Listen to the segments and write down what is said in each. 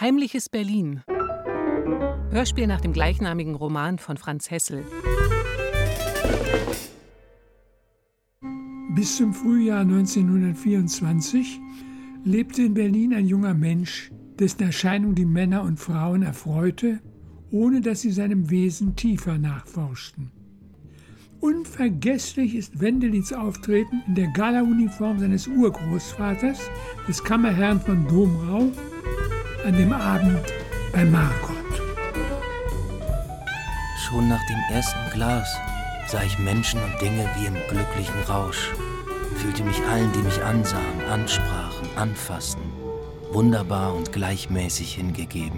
Heimliches Berlin. Hörspiel nach dem gleichnamigen Roman von Franz Hessel. Bis zum Frühjahr 1924 lebte in Berlin ein junger Mensch, dessen Erscheinung die Männer und Frauen erfreute, ohne dass sie seinem Wesen tiefer nachforschten. Unvergesslich ist Wendelins Auftreten in der Galauniform seines Urgroßvaters, des Kammerherrn von Domrau, an dem Abend bei Margot. Schon nach dem ersten Glas sah ich Menschen und Dinge wie im glücklichen Rausch, fühlte mich allen, die mich ansahen, ansprachen, anfassten, wunderbar und gleichmäßig hingegeben.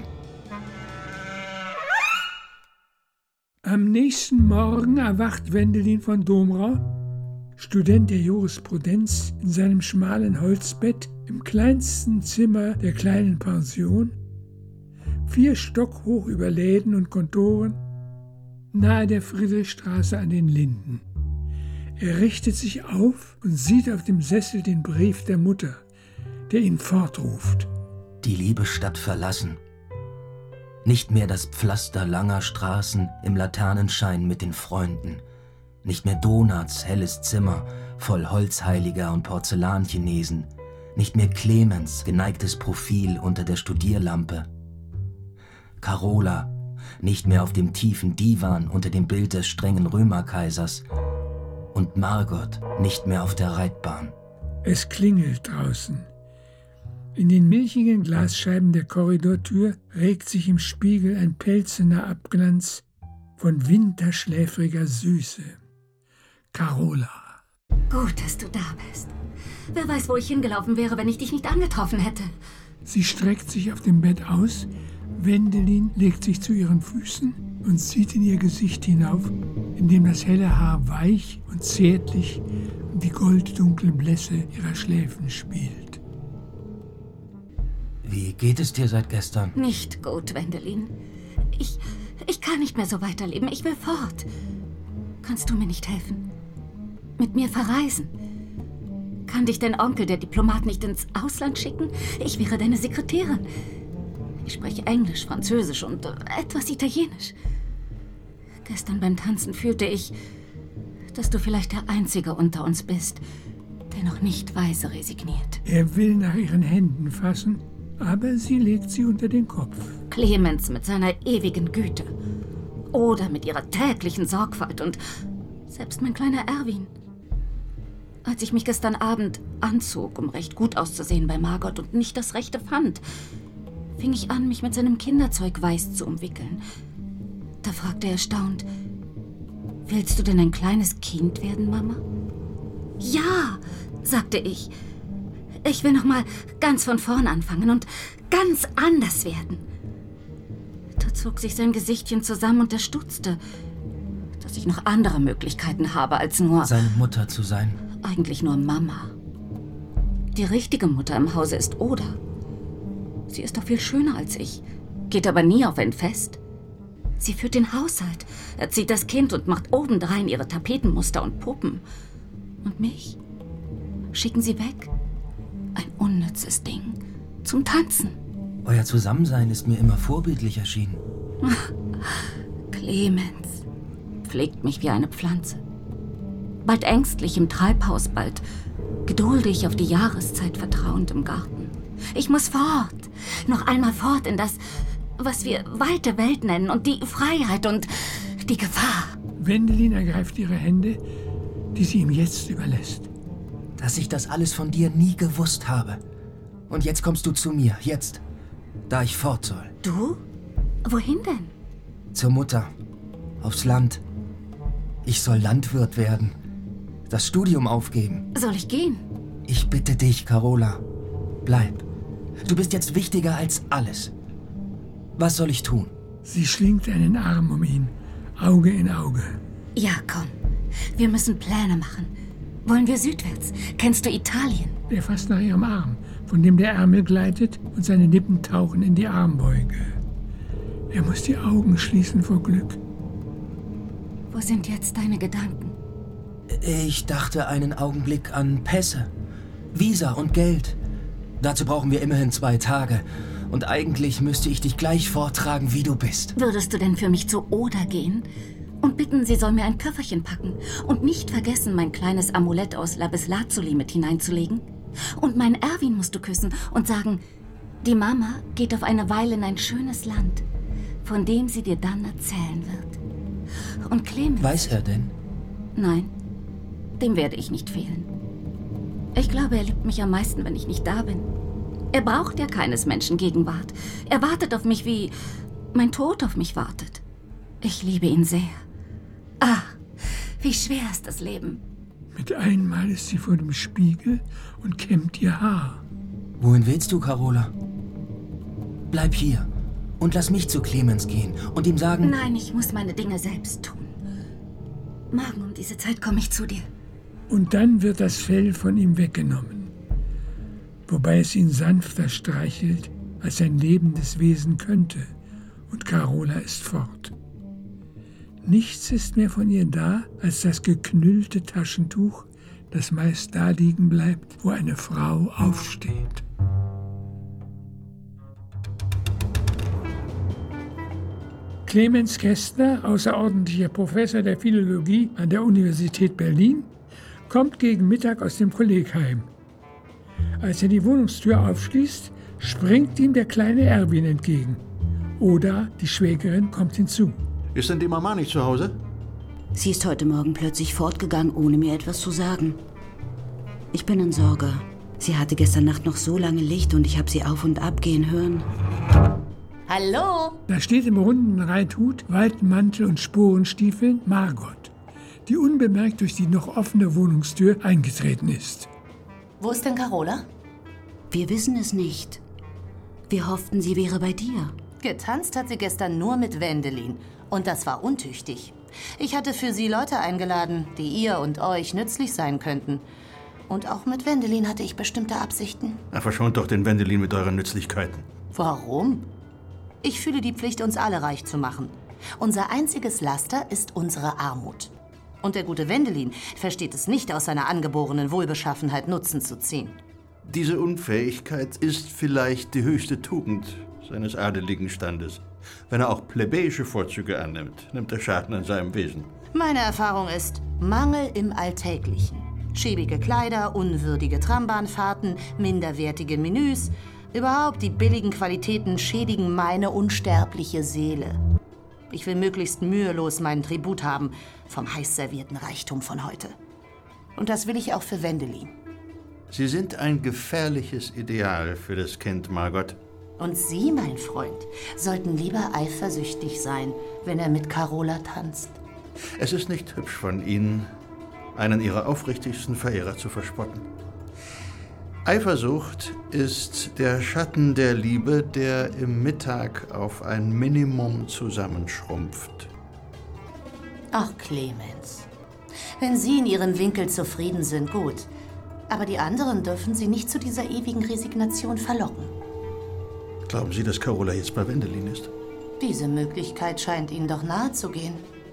Am nächsten Morgen erwacht Wendelin von Domrau, Student der Jurisprudenz, in seinem schmalen Holzbett im kleinsten Zimmer der kleinen Pension, 4 Stock hoch über Läden und Kontoren, nahe der Friedrichstraße an den Linden. Er richtet sich auf und sieht auf dem Sessel den Brief der Mutter, der ihn fortruft. Die liebe Stadt verlassen. Nicht mehr das Pflaster langer Straßen im Laternenschein mit den Freunden. Nicht mehr Donuts helles Zimmer voll Holzheiliger und Porzellanchinesen. Nicht mehr Clemens geneigtes Profil unter der Studierlampe. Carola nicht mehr auf dem tiefen Divan unter dem Bild des strengen Römerkaisers. Und Margot nicht mehr auf der Reitbahn. Es klingelt draußen. In den milchigen Glasscheiben der Korridortür regt sich im Spiegel ein pelzener Abglanz von winterschläfriger Süße. Carola. Gut, dass du da bist. Wer weiß, wo ich hingelaufen wäre, wenn ich dich nicht angetroffen hätte. Sie streckt sich auf dem Bett aus, Wendelin legt sich zu ihren Füßen und sieht in ihr Gesicht hinauf, in dem das helle Haar weich und zärtlich die golddunkle Blässe ihrer Schläfen spielt. Wie geht es dir seit gestern? Nicht gut, Wendelin. Ich kann nicht mehr so weiterleben. Ich will fort. Kannst du mir nicht helfen? Mit mir verreisen? Kann dich dein Onkel, der Diplomat, nicht ins Ausland schicken? Ich wäre deine Sekretärin. Ich spreche Englisch, Französisch und etwas Italienisch. Gestern beim Tanzen fühlte ich, dass du vielleicht der Einzige unter uns bist, der noch nicht weise resigniert. Er will nach ihren Händen fassen, aber sie legt sie unter den Kopf. Clemens mit seiner ewigen Güte. Oder mit ihrer täglichen Sorgfalt und selbst mein kleiner Erwin. Als ich mich gestern Abend anzog, um recht gut auszusehen bei Margot und nicht das Rechte fand, fing ich an, mich mit seinem Kinderzeug weiß zu umwickeln. Da fragte er erstaunt, willst du denn ein kleines Kind werden, Mama? Ja, sagte ich. Ich will noch mal ganz von vorn anfangen und ganz anders werden. Da zog sich sein Gesichtchen zusammen und er stutzte, dass ich noch andere Möglichkeiten habe, als nur... Seine Mutter zu sein? Eigentlich nur Mama. Die richtige Mutter im Hause ist Oda. Sie ist doch viel schöner als ich, geht aber nie auf ein Fest. Sie führt den Haushalt, erzieht das Kind und macht obendrein ihre Tapetenmuster und Puppen. Und mich schicken sie weg. Ein unnützes Ding. Zum Tanzen. Euer Zusammensein ist mir immer vorbildlich erschienen. Clemens pflegt mich wie eine Pflanze. Bald ängstlich im Treibhaus, bald geduldig auf die Jahreszeit vertrauend im Garten. Ich muss fort. Noch einmal fort in das, was wir weite Welt nennen und die Freiheit und die Gefahr. Wendelin ergreift ihre Hände, die sie ihm jetzt überlässt. Dass ich das alles von dir nie gewusst habe. Und jetzt kommst du zu mir, jetzt, da ich fort soll. Du? Wohin denn? Zur Mutter, aufs Land. Ich soll Landwirt werden, das Studium aufgeben. Soll ich gehen? Ich bitte dich, Carola, bleib. Du bist jetzt wichtiger als alles. Was soll ich tun? Sie schlingt einen Arm um ihn, Auge in Auge. Ja, komm. Wir müssen Pläne machen. Wollen wir südwärts? Kennst du Italien? Er fasst nach ihrem Arm, von dem der Ärmel gleitet und seine Lippen tauchen in die Armbeuge. Er muss die Augen schließen vor Glück. Wo sind jetzt deine Gedanken? Ich dachte einen Augenblick an Pässe, Visa und Geld. Dazu brauchen wir immerhin 2 Tage. Und eigentlich müsste ich dich gleich vortragen, wie du bist. Würdest du denn für mich zu Oda gehen und bitten, sie soll mir ein Köfferchen packen und nicht vergessen, mein kleines Amulett aus Lapislazuli mit hineinzulegen? Und meinen Erwin musst du küssen und sagen, die Mama geht auf eine Weile in ein schönes Land, von dem sie dir dann erzählen wird. Und Clemens... Weiß er denn? Nein, dem werde ich nicht fehlen. Ich glaube, er liebt mich am meisten, wenn ich nicht da bin. Er braucht ja keines Menschen Gegenwart. Er wartet auf mich, wie mein Tod auf mich wartet. Ich liebe ihn sehr. Ah, wie schwer ist das Leben. Mit einmal ist sie vor dem Spiegel und kämmt ihr Haar. Wohin willst du, Carola? Bleib hier und lass mich zu Clemens gehen und ihm sagen... Nein, ich muss meine Dinge selbst tun. Morgen um diese Zeit komme ich zu dir. Und dann wird das Fell von ihm weggenommen, wobei es ihn sanfter streichelt, als ein lebendes Wesen könnte, und Carola ist fort. Nichts ist mehr von ihr da, als das geknüllte Taschentuch, das meist da liegen bleibt, wo eine Frau aufsteht. Clemens Kästner, außerordentlicher Professor der Philologie an der Universität Berlin, kommt gegen Mittag aus dem Kolleg heim. Als er die Wohnungstür aufschließt, springt ihm der kleine Erwin entgegen. Oda, die Schwägerin, kommt hinzu. Ist denn die Mama nicht zu Hause? Sie ist heute Morgen plötzlich fortgegangen, ohne mir etwas zu sagen. Ich bin in Sorge. Sie hatte gestern Nacht noch so lange Licht und ich habe sie auf und ab gehen hören. Hallo? Da steht im runden Reithut, Waldmantel und Sporenstiefeln Margot, die unbemerkt durch die noch offene Wohnungstür eingetreten ist. Wo ist denn Carola? Wir wissen es nicht. Wir hofften, sie wäre bei dir. Getanzt hat sie gestern nur mit Wendelin. Und das war untüchtig. Ich hatte für sie Leute eingeladen, die ihr und euch nützlich sein könnten. Und auch mit Wendelin hatte ich bestimmte Absichten. Na, verschont doch den Wendelin mit euren Nützlichkeiten. Warum? Ich fühle die Pflicht, uns alle reich zu machen. Unser einziges Laster ist unsere Armut. Und der gute Wendelin versteht es nicht, aus seiner angeborenen Wohlbeschaffenheit Nutzen zu ziehen. Diese Unfähigkeit ist vielleicht die höchste Tugend seines adeligen Standes. Wenn er auch plebejische Vorzüge annimmt, nimmt er Schaden an seinem Wesen. Meine Erfahrung ist Mangel im Alltäglichen. Schäbige Kleider, unwürdige Trambahnfahrten, minderwertige Menüs. Überhaupt die billigen Qualitäten schädigen meine unsterbliche Seele. Ich will möglichst mühelos meinen Tribut haben vom heiß servierten Reichtum von heute. Und das will ich auch für Wendelin. Sie sind ein gefährliches Ideal für das Kind, Margot. Und Sie, mein Freund, sollten lieber eifersüchtig sein, wenn er mit Carola tanzt. Es ist nicht hübsch von Ihnen, einen Ihrer aufrichtigsten Verehrer zu verspotten. Eifersucht ist der Schatten der Liebe, der im Mittag auf ein Minimum zusammenschrumpft. Ach, Clemens, wenn Sie in Ihrem Winkel zufrieden sind, gut. Aber die anderen dürfen Sie nicht zu dieser ewigen Resignation verlocken. Glauben Sie, dass Carola jetzt bei Wendelin ist? Diese Möglichkeit scheint Ihnen doch nahe zu gehen.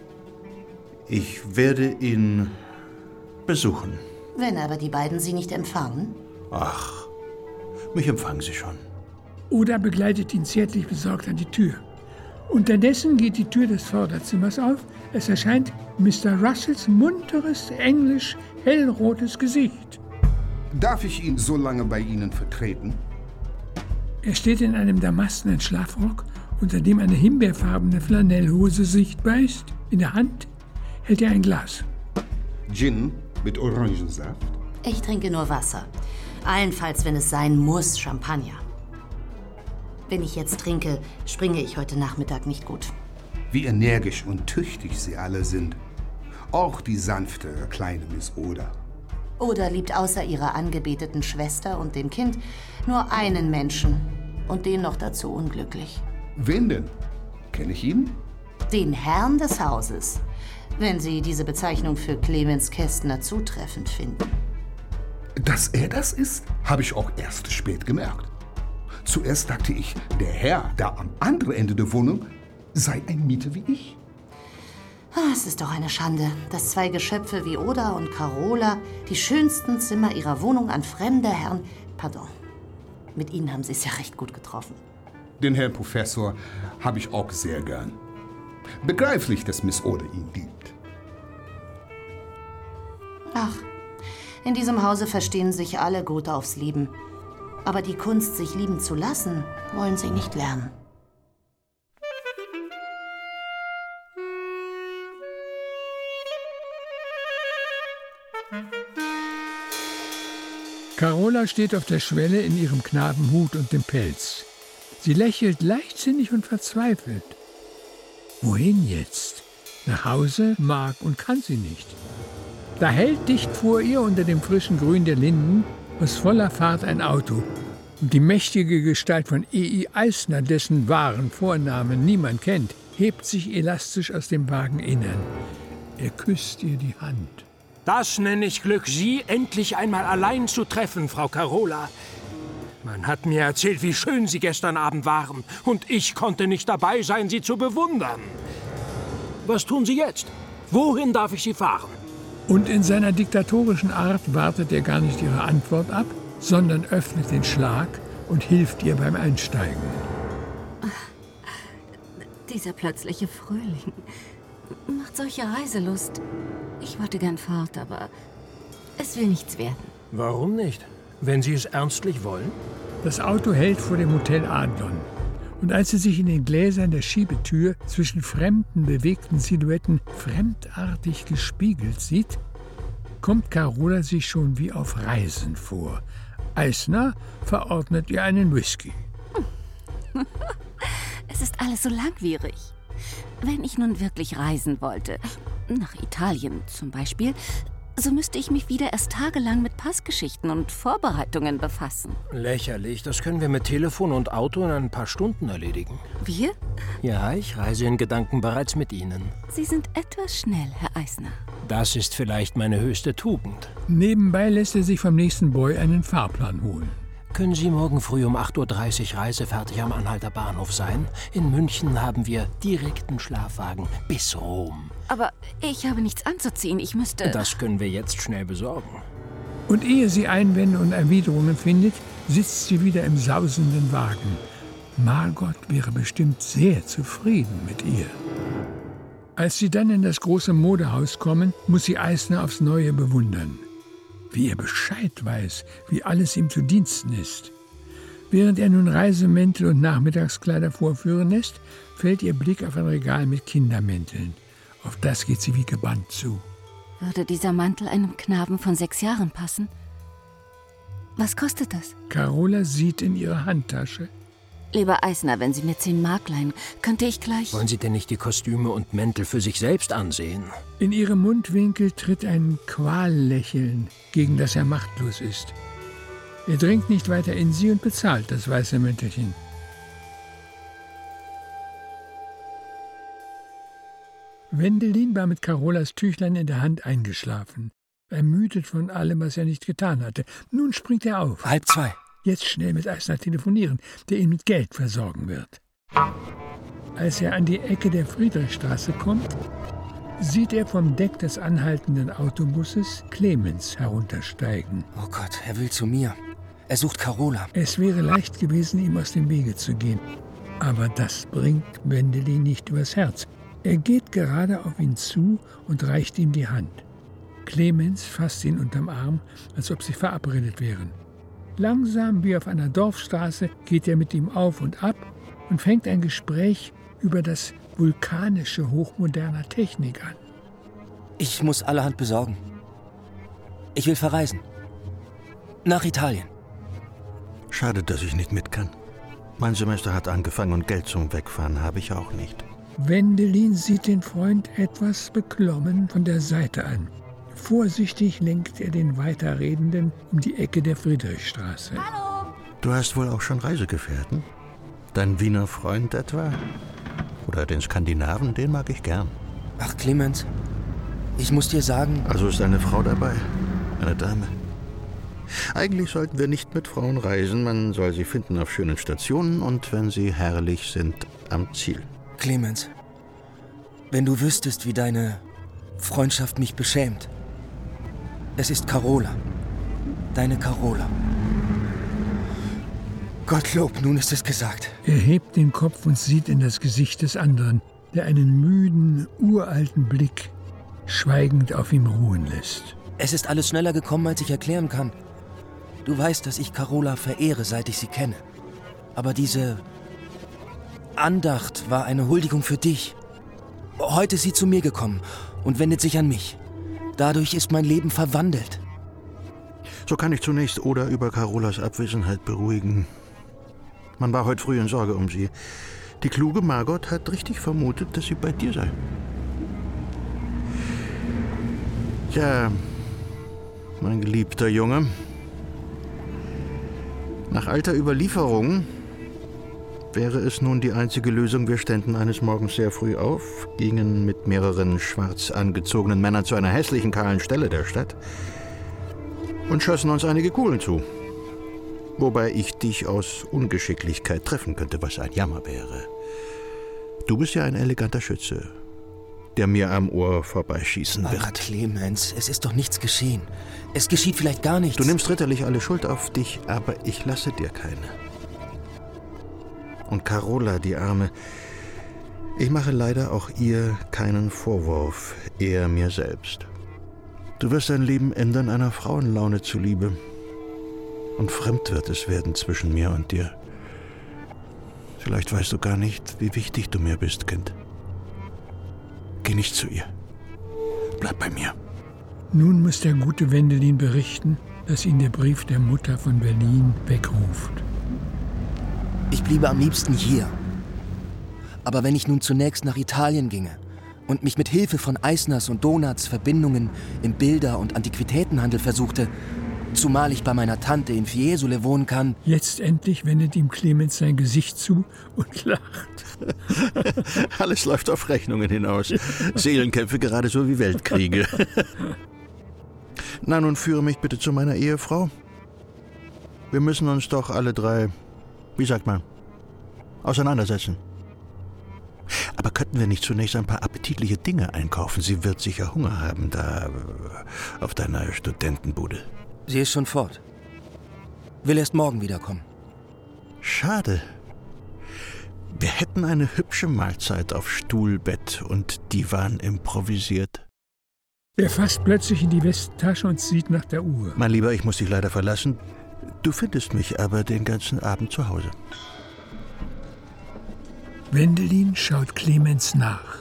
Ich werde ihn besuchen. Wenn aber die beiden Sie nicht empfangen? Ach, mich empfangen Sie schon. Oda begleitet ihn zärtlich besorgt an die Tür. Unterdessen geht die Tür des Vorderzimmers auf. Es erscheint Mr. Russells munteres, englisch, hellrotes Gesicht. Darf ich ihn so lange bei Ihnen vertreten? Er steht in einem damastenen Schlafrock, unter dem eine himbeerfarbene Flanellhose sichtbar ist. In der Hand hält er ein Glas. Gin mit Orangensaft? Ich trinke nur Wasser. Allenfalls, wenn es sein muss, Champagner. Wenn ich jetzt trinke, springe ich heute Nachmittag nicht gut. Wie energisch und tüchtig Sie alle sind. Auch die sanfte, kleine Miss Oda. Oda liebt außer ihrer angebeteten Schwester und dem Kind nur einen Menschen. Und den noch dazu unglücklich. Wen denn? Kenne ich ihn? Den Herrn des Hauses. Wenn Sie diese Bezeichnung für Clemens Kästner zutreffend finden. Dass er das ist, habe ich auch erst spät gemerkt. Zuerst dachte ich, der Herr da am anderen Ende der Wohnung sei ein Mieter wie ich. Es ist doch eine Schande, dass zwei Geschöpfe wie Oda und Carola die schönsten Zimmer ihrer Wohnung an fremde Herren... Pardon, mit Ihnen haben Sie es ja recht gut getroffen. Den Herrn Professor habe ich auch sehr gern. Begreiflich, dass Miss Ode ihn liebt. Ach, in diesem Hause verstehen sich alle gut aufs Lieben. Aber die Kunst, sich lieben zu lassen, wollen sie nicht lernen. Carola steht auf der Schwelle in ihrem Knabenhut und dem Pelz. Sie lächelt leichtsinnig und verzweifelt. Wohin jetzt? Nach Hause mag und kann sie nicht. Da hält dicht vor ihr unter dem frischen Grün der Linden aus voller Fahrt ein Auto. Und die mächtige Gestalt von E.I. Eisner, dessen wahren Vornamen niemand kennt, hebt sich elastisch aus dem Wageninnern. Er küsst ihr die Hand. Das nenne ich Glück, Sie endlich einmal allein zu treffen, Frau Carola. Man hat mir erzählt, wie schön Sie gestern Abend waren. Und ich konnte nicht dabei sein, Sie zu bewundern. Was tun Sie jetzt? Wohin darf ich Sie fahren? Und in seiner diktatorischen Art wartet er gar nicht ihre Antwort ab, sondern öffnet den Schlag und hilft ihr beim Einsteigen. Dieser plötzliche Frühling macht solche Reiselust. Ich wollte gern fort, aber es will nichts werden. Warum nicht? Wenn Sie es ernstlich wollen? Das Auto hält vor dem Hotel Adlon. Und als sie sich in den Gläsern der Schiebetür zwischen fremden, bewegten Silhouetten fremdartig gespiegelt sieht, kommt Carola sich schon wie auf Reisen vor. Eisner verordnet ihr einen Whisky. Es ist alles so langwierig. Wenn ich nun wirklich reisen wollte, nach Italien zum Beispiel, so müsste ich mich wieder erst tagelang mit Passgeschichten und Vorbereitungen befassen. Lächerlich, das können wir mit Telefon und Auto in ein paar Stunden erledigen. Wir? Ja, ich reise in Gedanken bereits mit Ihnen. Sie sind etwas schnell, Herr Eisner. Das ist vielleicht meine höchste Tugend. Nebenbei lässt er sich vom nächsten Boy einen Fahrplan holen. Können Sie morgen früh um 8:30 Uhr reisefertig am Anhalter Bahnhof sein? In München haben wir direkten Schlafwagen bis Rom. Aber ich habe nichts anzuziehen, ich müsste... Das können wir jetzt schnell besorgen. Und ehe sie Einwände und Erwiderungen findet, sitzt sie wieder im sausenden Wagen. Margot wäre bestimmt sehr zufrieden mit ihr. Als sie dann in das große Modehaus kommen, muss sie Eisner aufs Neue bewundern. Wie er Bescheid weiß, wie alles ihm zu Diensten ist. Während er nun Reisemäntel und Nachmittagskleider vorführen lässt, fällt ihr Blick auf ein Regal mit Kindermänteln. Auf das geht sie wie gebannt zu. Würde dieser Mantel einem Knaben von 6 Jahren passen? Was kostet das? Carola sieht in ihre Handtasche. Lieber Eisner, wenn Sie mir 10 Mark leihen, könnte ich gleich... Wollen Sie denn nicht die Kostüme und Mäntel für sich selbst ansehen? In ihrem Mundwinkel tritt ein Quallächeln, gegen das er machtlos ist. Er dringt nicht weiter in sie und bezahlt das weiße Mäntelchen. Wendelin war mit Carolas Tüchlein in der Hand eingeschlafen, ermüdet von allem, was er nicht getan hatte. Nun springt er auf. 1:30. Jetzt schnell mit Eisner telefonieren, der ihn mit Geld versorgen wird. Als er an die Ecke der Friedrichstraße kommt, sieht er vom Deck des anhaltenden Autobusses Clemens heruntersteigen. Oh Gott, er will zu mir. Er sucht Carola. Es wäre leicht gewesen, ihm aus dem Wege zu gehen. Aber das bringt Wendelin nicht übers Herz. Er geht gerade auf ihn zu und reicht ihm die Hand. Clemens fasst ihn unterm Arm, als ob sie verabredet wären. Langsam wie auf einer Dorfstraße geht er mit ihm auf und ab und fängt ein Gespräch über das vulkanische hochmoderner Technik an. Ich muss allerhand besorgen. Ich will verreisen. Nach Italien. Schade, dass ich nicht mit kann. Mein Semester hat angefangen und Geld zum Wegfahren habe ich auch nicht. Wendelin sieht den Freund etwas beklommen von der Seite an. Vorsichtig lenkt er den Weiterredenden um die Ecke der Friedrichstraße. Hallo! Du hast wohl auch schon Reisegefährten? Dein Wiener Freund etwa? Oder den Skandinaven, den mag ich gern. Ach, Clemens, ich muss dir sagen... Also ist eine Frau dabei? Eine Dame? Eigentlich sollten wir nicht mit Frauen reisen. Man soll sie finden auf schönen Stationen und, wenn sie herrlich sind, am Ziel. Clemens, wenn du wüsstest, wie deine Freundschaft mich beschämt. Es ist Carola. Deine Carola. Gottlob, nun ist es gesagt. Er hebt den Kopf und sieht in das Gesicht des anderen, der einen müden, uralten Blick schweigend auf ihm ruhen lässt. Es ist alles schneller gekommen, als ich erklären kann. Du weißt, dass ich Carola verehre, seit ich sie kenne. Aber diese Andacht war eine Huldigung für dich. Heute ist sie zu mir gekommen und wendet sich an mich. Dadurch ist mein Leben verwandelt. So kann ich zunächst Oda über Carolas Abwesenheit beruhigen. Man war heute früh in Sorge um sie. Die kluge Margot hat richtig vermutet, dass sie bei dir sei. Tja, mein geliebter Junge. Nach alter Überlieferung wäre es nun die einzige Lösung, wir ständen eines Morgens sehr früh auf, gingen mit mehreren schwarz angezogenen Männern zu einer hässlichen, kahlen Stelle der Stadt und schossen uns einige Kugeln zu. Wobei ich dich aus Ungeschicklichkeit treffen könnte, was ein Jammer wäre. Du bist ja ein eleganter Schütze, der mir am Ohr vorbeischießen wird. Ach, Clemens, es ist doch nichts geschehen. Es geschieht vielleicht gar nichts. Du nimmst ritterlich alle Schuld auf dich, aber ich lasse dir keine. Und Carola, die Arme, ich mache leider auch ihr keinen Vorwurf, eher mir selbst. Du wirst dein Leben ändern einer Frauenlaune zuliebe. Und fremd wird es werden zwischen mir und dir. Vielleicht weißt du gar nicht, wie wichtig du mir bist, Kind. Geh nicht zu ihr. Bleib bei mir. Nun muss der gute Wendelin berichten, dass ihn der Brief der Mutter von Berlin wegruft. Ich bliebe am liebsten hier. Aber wenn ich nun zunächst nach Italien ginge und mich mit Hilfe von Eisners und Donaths Verbindungen im Bilder- und Antiquitätenhandel versuchte, zumal ich bei meiner Tante in Fiesole wohnen kann. Jetzt endlich wendet ihm Clemens sein Gesicht zu und lacht. Alles läuft auf Rechnungen hinaus. Seelenkämpfe geradeso wie Weltkriege. Na, nun führe mich bitte zu meiner Ehefrau. Wir müssen uns doch alle drei, wie sagt man, auseinandersetzen. Aber könnten wir nicht zunächst ein paar appetitliche Dinge einkaufen? Sie wird sicher Hunger haben, da auf deiner Studentenbude. Sie ist schon fort. Will erst morgen wiederkommen. Schade. Wir hätten eine hübsche Mahlzeit auf Stuhl, Bett und Divan improvisiert. Er fasst plötzlich in die Westentasche und sieht nach der Uhr. Mein Lieber, ich muss dich leider verlassen. Du findest mich aber den ganzen Abend zu Hause. Wendelin schaut Clemens nach.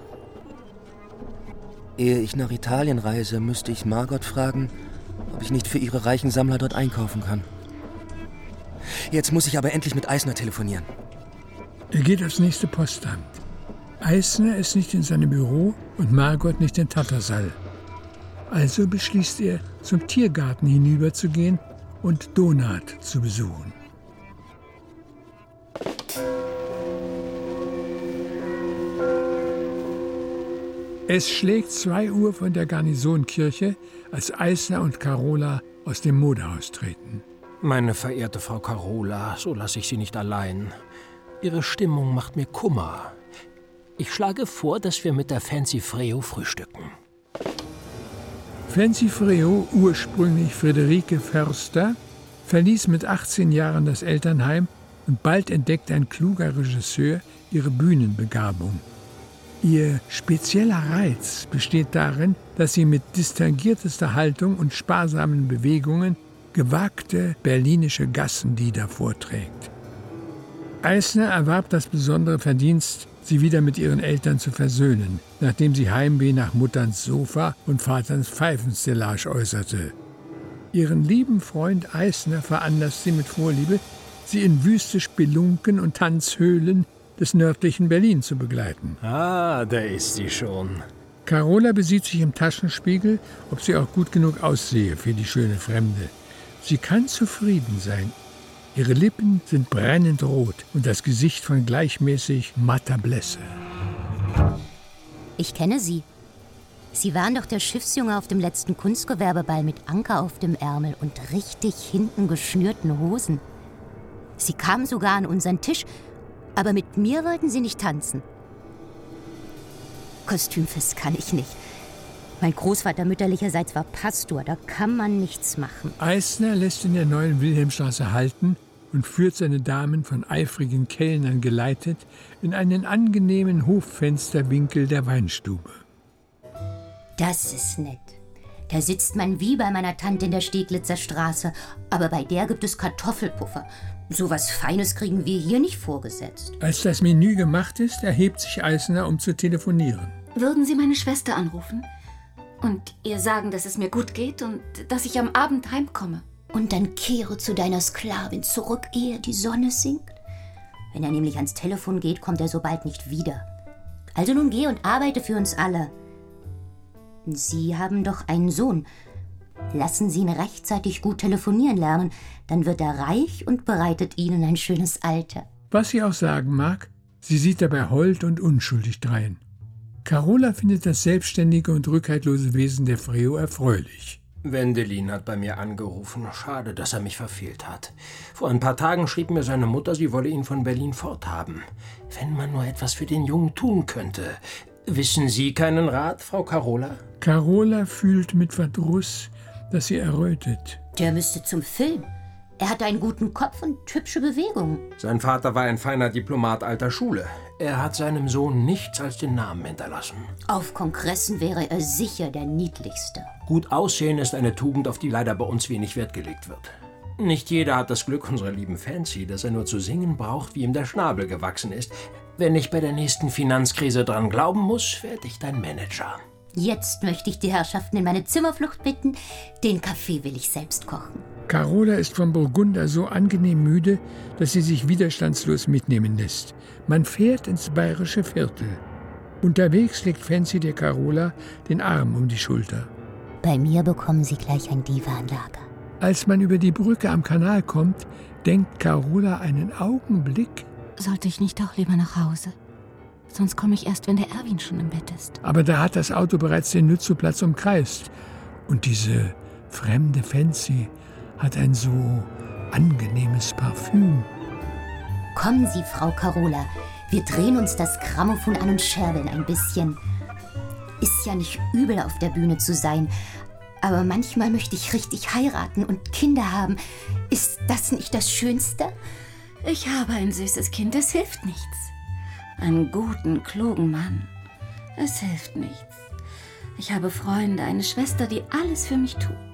Ehe ich nach Italien reise, müsste ich Margot fragen, ob ich nicht für ihre reichen Sammler dort einkaufen kann. Jetzt muss ich aber endlich mit Eisner telefonieren. Er geht aufs nächste Postamt. Eisner ist nicht in seinem Büro und Margot nicht in Tattersall. Also beschließt er, zum Tiergarten hinüberzugehen und Donath zu besuchen. Es schlägt 2 Uhr von der Garnisonkirche, als Eisner und Carola aus dem Modehaus treten. Meine verehrte Frau Carola, so lasse ich Sie nicht allein. Ihre Stimmung macht mir Kummer. Ich schlage vor, dass wir mit der Fancy Freo frühstücken. Fancy Freo, ursprünglich Friederike Förster, verließ mit 18 Jahren das Elternheim und bald entdeckte ein kluger Regisseur ihre Bühnenbegabung. Ihr spezieller Reiz besteht darin, dass sie mit distinguiertester Haltung und sparsamen Bewegungen gewagte berlinische Gassenlieder vorträgt. Eisner erwarb das besondere Verdienst, sie wieder mit ihren Eltern zu versöhnen, nachdem sie Heimweh nach Mutterns Sofa und Vaterns Pfeifenstellage äußerte. Ihren lieben Freund Eisner veranlasst sie mit Vorliebe, sie in wüste Spelunken und Tanzhöhlen des nördlichen Berlin zu begleiten. Ah, da ist sie schon. Carola besieht sich im Taschenspiegel, ob sie auch gut genug aussehe für die schöne Fremde. Sie kann zufrieden sein. Ihre Lippen sind brennend rot und das Gesicht von gleichmäßig matter Blässe. Ich kenne Sie. Sie waren doch der Schiffsjunge auf dem letzten Kunstgewerbeball mit Anker auf dem Ärmel und richtig hinten geschnürten Hosen. Sie kamen sogar an unseren Tisch, aber mit mir wollten Sie nicht tanzen. Kostümfest kann ich nicht. Mein Großvater mütterlicherseits war Pastor, da kann man nichts machen. Eisner lässt in der neuen Wilhelmstraße halten und führt seine Damen von eifrigen Kellnern geleitet in einen angenehmen Hoffensterwinkel der Weinstube. Das ist nett. Da sitzt man wie bei meiner Tante in der Steglitzer Straße, aber bei der gibt es Kartoffelpuffer. So was Feines kriegen wir hier nicht vorgesetzt. Als das Menü gemacht ist, erhebt sich Eisner, um zu telefonieren. Würden Sie meine Schwester anrufen und ihr sagen, dass es mir gut geht und dass ich am Abend heimkomme? Und dann kehre zu deiner Sklavin zurück, ehe die Sonne sinkt. Wenn er nämlich ans Telefon geht, kommt er so bald nicht wieder. Also nun geh und arbeite für uns alle. Sie haben doch einen Sohn. Lassen Sie ihn rechtzeitig gut telefonieren lernen, dann wird er reich und bereitet Ihnen ein schönes Alter. Was sie auch sagen mag, sie sieht dabei hold und unschuldig drein. Carola findet das selbstständige und rückhaltlose Wesen der Freo erfreulich. Wendelin hat bei mir angerufen. Schade, dass er mich verfehlt hat. Vor ein paar Tagen schrieb mir seine Mutter, sie wolle ihn von Berlin forthaben. Wenn man nur etwas für den Jungen tun könnte. Wissen Sie keinen Rat, Frau Carola? Carola fühlt mit Verdruss, dass sie errötet. Der müsste zum Film. Er hatte einen guten Kopf und hübsche Bewegungen. Sein Vater war ein feiner Diplomat alter Schule. Er hat seinem Sohn nichts als den Namen hinterlassen. Auf Kongressen wäre er sicher der Niedlichste. Gut aussehen ist eine Tugend, auf die leider bei uns wenig Wert gelegt wird. Nicht jeder hat das Glück unserer lieben Fancy, dass er nur zu singen braucht, wie ihm der Schnabel gewachsen ist. Wenn ich bei der nächsten Finanzkrise dran glauben muss, werde ich dein Manager. Jetzt möchte ich die Herrschaften in meine Zimmerflucht bitten. Den Kaffee will ich selbst kochen. Carola ist vom Burgunder so angenehm müde, dass sie sich widerstandslos mitnehmen lässt. Man fährt ins bayerische Viertel. Unterwegs legt Fancy der Carola den Arm um die Schulter. Bei mir bekommen Sie gleich ein Divanlager. Als man über die Brücke am Kanal kommt, denkt Carola einen Augenblick. Sollte ich nicht doch lieber nach Hause? Sonst komme ich erst, wenn der Erwin schon im Bett ist. Aber da hat das Auto bereits den Nützowplatz umkreist. Und diese fremde Fancy hat ein so angenehmes Parfüm. Kommen Sie, Frau Carola. Wir drehen uns das Grammophon an und scherbeln ein bisschen. Ist ja nicht übel, auf der Bühne zu sein. Aber manchmal möchte ich richtig heiraten und Kinder haben. Ist das nicht das Schönste? Ich habe ein süßes Kind, es hilft nichts. Einen guten, klugen Mann. Es hilft nichts. Ich habe Freunde, eine Schwester, die alles für mich tut.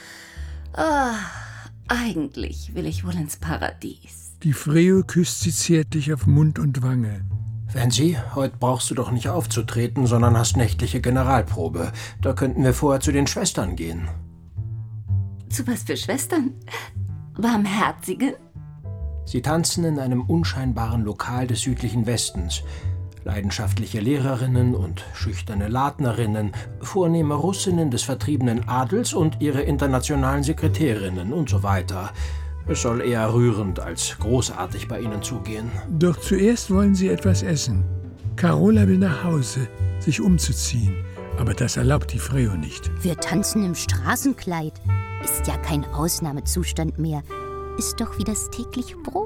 Eigentlich will ich wohl ins Paradies. Die Freo küsst sie zärtlich auf Mund und Wange. Fancy, heute brauchst du doch nicht aufzutreten, sondern hast nächtliche Generalprobe. Da könnten wir vorher zu den Schwestern gehen. Zu was für Schwestern? Barmherzigen? Sie tanzen in einem unscheinbaren Lokal des südlichen Westens. Leidenschaftliche Lehrerinnen und schüchterne Ladnerinnen, vornehme Russinnen des vertriebenen Adels und ihre internationalen Sekretärinnen und so weiter. Es soll eher rührend als großartig bei ihnen zugehen. Doch zuerst wollen sie etwas essen. Carola will nach Hause, sich umzuziehen. Aber das erlaubt die Freo nicht. Wir tanzen im Straßenkleid. Ist ja kein Ausnahmezustand mehr. Ist doch wie das tägliche Brot.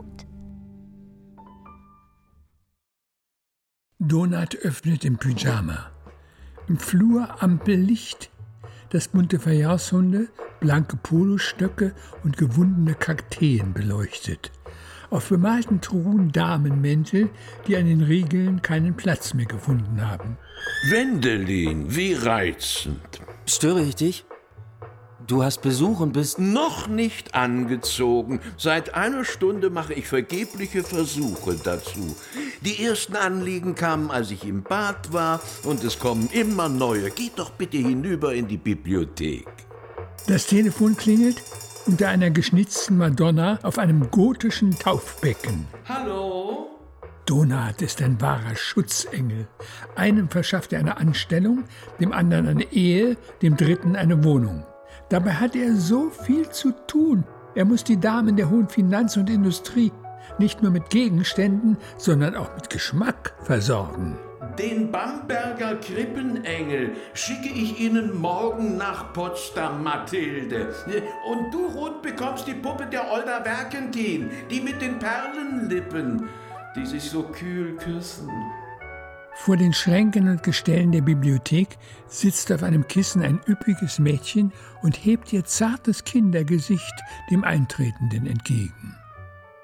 Donat öffnet im Pyjama. Im Flur Ampellicht. Das bunte Fayenshunde, blanke Polostöcke und gewundene Kakteen beleuchtet. Auf bemalten Truhen Damenmäntel, die an den Riegeln keinen Platz mehr gefunden haben. Wendelin, wie reizend. Störe ich dich? Du hast Besuch und bist... Noch nicht angezogen. Seit einer Stunde mache ich vergebliche Versuche dazu. Die ersten Anliegen kamen, als ich im Bad war, und es kommen immer neue. Geht doch bitte hinüber in die Bibliothek. Das Telefon klingelt unter einer geschnitzten Madonna auf einem gotischen Taufbecken. Hallo? Donat ist ein wahrer Schutzengel. Einem verschafft er eine Anstellung, dem anderen eine Ehe, dem dritten eine Wohnung. Dabei hat er so viel zu tun. Er muss die Damen der hohen Finanz und Industrie nicht nur mit Gegenständen, sondern auch mit Geschmack versorgen. Den Bamberger Krippenengel schicke ich Ihnen morgen nach Potsdam, Mathilde. Und du, Ruth, bekommst die Puppe der Olda Werkentin, die mit den Perlenlippen, die sich so kühl küssen. Vor den Schränken und Gestellen der Bibliothek sitzt auf einem Kissen ein üppiges Mädchen und hebt ihr zartes Kindergesicht dem Eintretenden entgegen.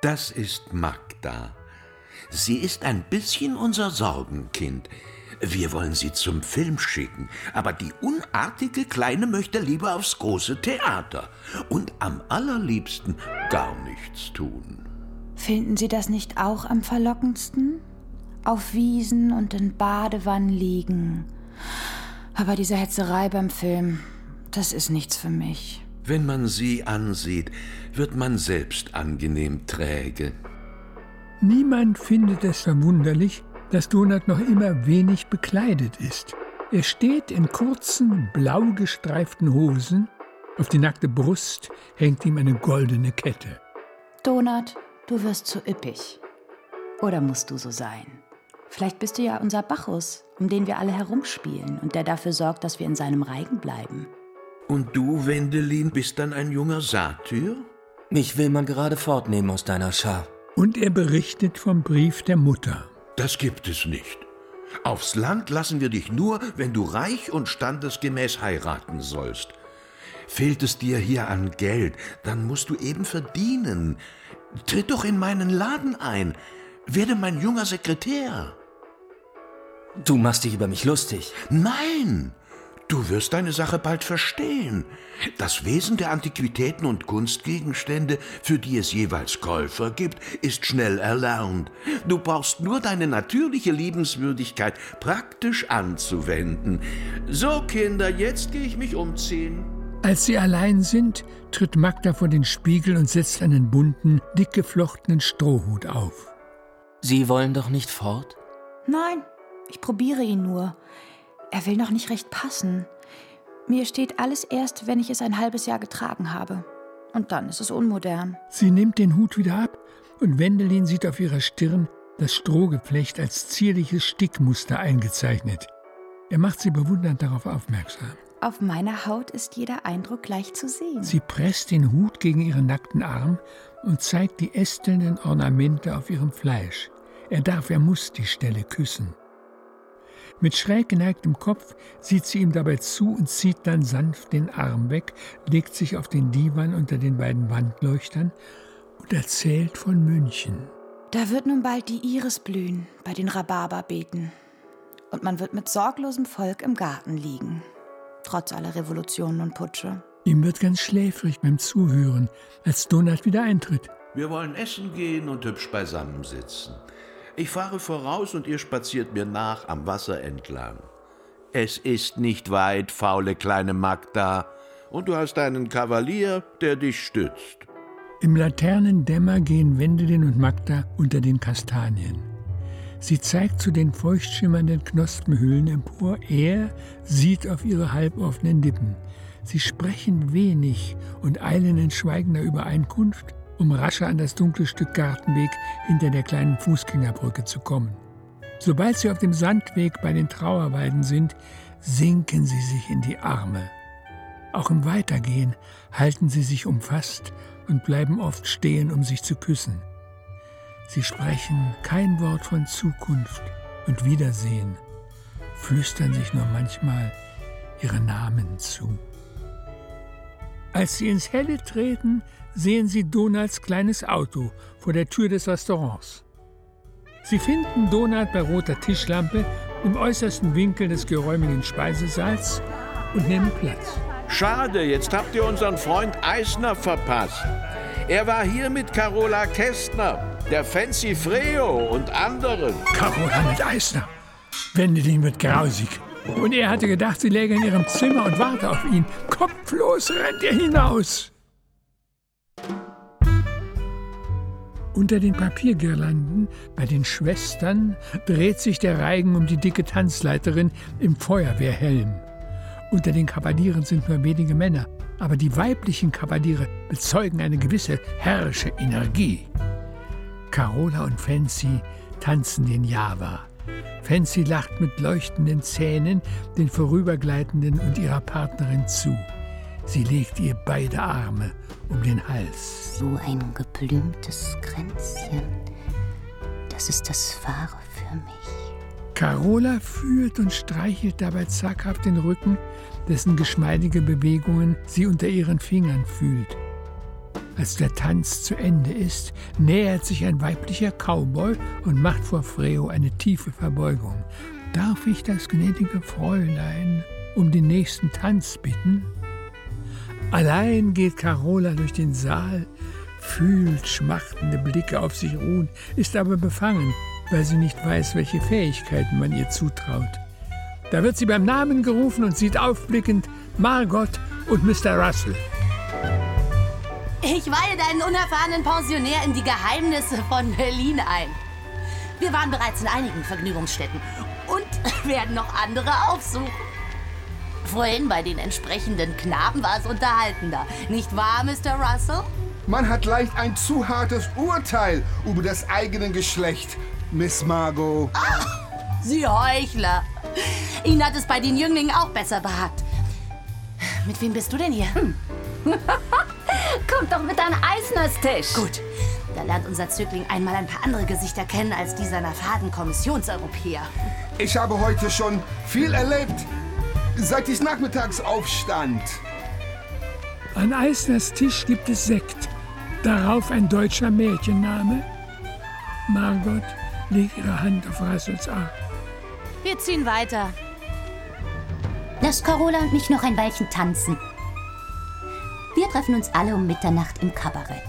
Das ist Magda. Sie ist ein bisschen unser Sorgenkind. Wir wollen sie zum Film schicken, aber die unartige Kleine möchte lieber aufs große Theater und am allerliebsten gar nichts tun. Finden Sie das nicht auch am verlockendsten? Auf Wiesen und in Badewannen liegen. Aber diese Hetzerei beim Film, das ist nichts für mich. Wenn man sie ansieht, wird man selbst angenehm träge. Niemand findet es verwunderlich, dass Donat noch immer wenig bekleidet ist. Er steht in kurzen, blau gestreiften Hosen. Auf die nackte Brust hängt ihm eine goldene Kette. Donat, du wirst zu üppig. Oder musst du so sein? Vielleicht bist du ja unser Bacchus, um den wir alle herumspielen und der dafür sorgt, dass wir in seinem Reigen bleiben. Und du, Wendelin, bist dann ein junger Satyr? Mich will man gerade fortnehmen aus deiner Schar. Und er berichtet vom Brief der Mutter. Das gibt es nicht. Aufs Land lassen wir dich nur, wenn du reich und standesgemäß heiraten sollst. Fehlt es dir hier an Geld, dann musst du eben verdienen. Tritt doch in meinen Laden ein. Werde mein junger Sekretär. Du machst dich über mich lustig. Nein, du wirst deine Sache bald verstehen. Das Wesen der Antiquitäten und Kunstgegenstände, für die es jeweils Käufer gibt, ist schnell erlernt. Du brauchst nur deine natürliche Liebenswürdigkeit praktisch anzuwenden. So, Kinder, jetzt gehe ich mich umziehen. Als sie allein sind, tritt Magda vor den Spiegel und setzt einen bunten, dick geflochtenen Strohhut auf. Sie wollen doch nicht fort? Nein, ich probiere ihn nur. Er will noch nicht recht passen. Mir steht alles erst, wenn ich es ein halbes Jahr getragen habe. Und dann ist es unmodern. Sie nimmt den Hut wieder ab und Wendelin sieht auf ihrer Stirn das Strohgeflecht als zierliches Stickmuster eingezeichnet. Er macht sie bewundernd darauf aufmerksam. Auf meiner Haut ist jeder Eindruck gleich zu sehen. Sie presst den Hut gegen ihren nackten Arm und zeigt die ästelnden Ornamente auf ihrem Fleisch. Er muss die Stelle küssen. Mit schräg geneigtem Kopf sieht sie ihm dabei zu und zieht dann sanft den Arm weg, legt sich auf den Divan unter den beiden Wandleuchtern und erzählt von München. Da wird nun bald die Iris blühen bei den Rhabarberbeeten. Und man wird mit sorglosem Volk im Garten liegen. Trotz aller Revolutionen und Putsche. Ihm wird ganz schläfrig beim Zuhören, als Donat wieder eintritt. Wir wollen essen gehen und hübsch beisammensitzen. Ich fahre voraus und ihr spaziert mir nach am Wasser entlang. Es ist nicht weit, faule kleine Magda, und du hast einen Kavalier, der dich stützt. Im Laternendämmer gehen Wendelin und Magda unter den Kastanien. Sie zeigt zu den feuchtschimmernden Knospenhüllen empor. Er sieht auf ihre halboffenen Lippen. Sie sprechen wenig und eilen in schweigender Übereinkunft, um rascher an das dunkle Stück Gartenweg hinter der kleinen Fußgängerbrücke zu kommen. Sobald sie auf dem Sandweg bei den Trauerweiden sind, sinken sie sich in die Arme. Auch im Weitergehen halten sie sich umfasst und bleiben oft stehen, um sich zu küssen. Sie sprechen kein Wort von Zukunft und Wiedersehen, flüstern sich nur manchmal ihre Namen zu. Als sie ins Helle treten, sehen sie Donats kleines Auto vor der Tür des Restaurants. Sie finden Donat bei roter Tischlampe im äußersten Winkel des geräumigen Speisesaals und nehmen Platz. Schade, jetzt habt ihr unseren Freund Eisner verpasst. Er war hier mit Carola Kästner, der Fancy Freo und anderen. Carola mit Eisner. Wendelin wird grausig. Und er hatte gedacht, sie läge in ihrem Zimmer und warte auf ihn. Kopflos rennt er hinaus. Unter den Papiergirlanden bei den Schwestern dreht sich der Reigen um die dicke Tanzleiterin im Feuerwehrhelm. Unter den Kavalieren sind nur wenige Männer, aber die weiblichen Kavaliere bezeugen eine gewisse herrische Energie. Carola und Fancy tanzen den Java. Fancy lacht mit leuchtenden Zähnen den Vorübergleitenden und ihrer Partnerin zu. Sie legt ihr beide Arme um den Hals. So ein geblümtes Kränzchen, das ist das Wahre für mich. Carola führt und streichelt dabei zaghaft den Rücken, dessen geschmeidige Bewegungen sie unter ihren Fingern fühlt. Als der Tanz zu Ende ist, nähert sich ein weiblicher Cowboy und macht vor Freo eine tiefe Verbeugung. Darf ich das gnädige Fräulein um den nächsten Tanz bitten? Allein geht Carola durch den Saal, fühlt schmachtende Blicke auf sich ruhen, ist aber befangen, weil sie nicht weiß, welche Fähigkeiten man ihr zutraut. Da wird sie beim Namen gerufen und sieht aufblickend Margot und Mr. Russell. Ich weihe deinen unerfahrenen Pensionär in die Geheimnisse von Berlin ein. Wir waren bereits in einigen Vergnügungsstätten und werden noch andere aufsuchen. Vorhin bei den entsprechenden Knaben war es unterhaltender. Nicht wahr, Mr. Russell? Man hat leicht ein zu hartes Urteil über das eigene Geschlecht, Miss Margot. Ach, Sie Heuchler. Ihnen hat es bei den Jünglingen auch besser behagt. Mit wem bist du denn hier? Kommt doch mit an Eisners Tisch. Gut, da lernt unser Zögling einmal ein paar andere Gesichter kennen als die seiner faden Kommissionseuropäer. Ich habe heute schon viel erlebt, seit ich nachmittags aufstand. An Eisners Tisch gibt es Sekt. Darauf ein deutscher Mädchenname. Margot legt ihre Hand auf Russells Arm. Wir ziehen weiter. Lass Carola und mich noch ein Weilchen tanzen. Wir treffen uns alle um Mitternacht im Kabarett.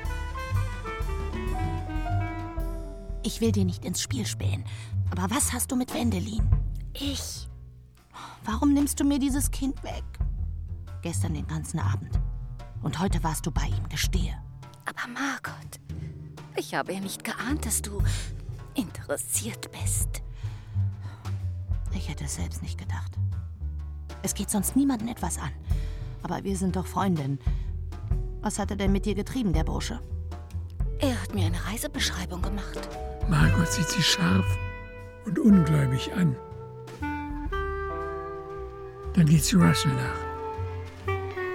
Ich will dir nicht ins Spiel spähen, aber was hast du mit Wendelin? Ich? Warum nimmst du mir dieses Kind weg? Gestern den ganzen Abend. Und heute warst du bei ihm, gestehe. Aber Margot, ich habe ja nicht geahnt, dass du interessiert bist. Ich hätte es selbst nicht gedacht. Es geht sonst niemandem etwas an. Aber wir sind doch Freundinnen. Was hat er denn mit dir getrieben, der Bursche? Er hat mir eine Reisebeschreibung gemacht. Margot sieht sie scharf und ungläubig an. Dann geht sie Russell nach.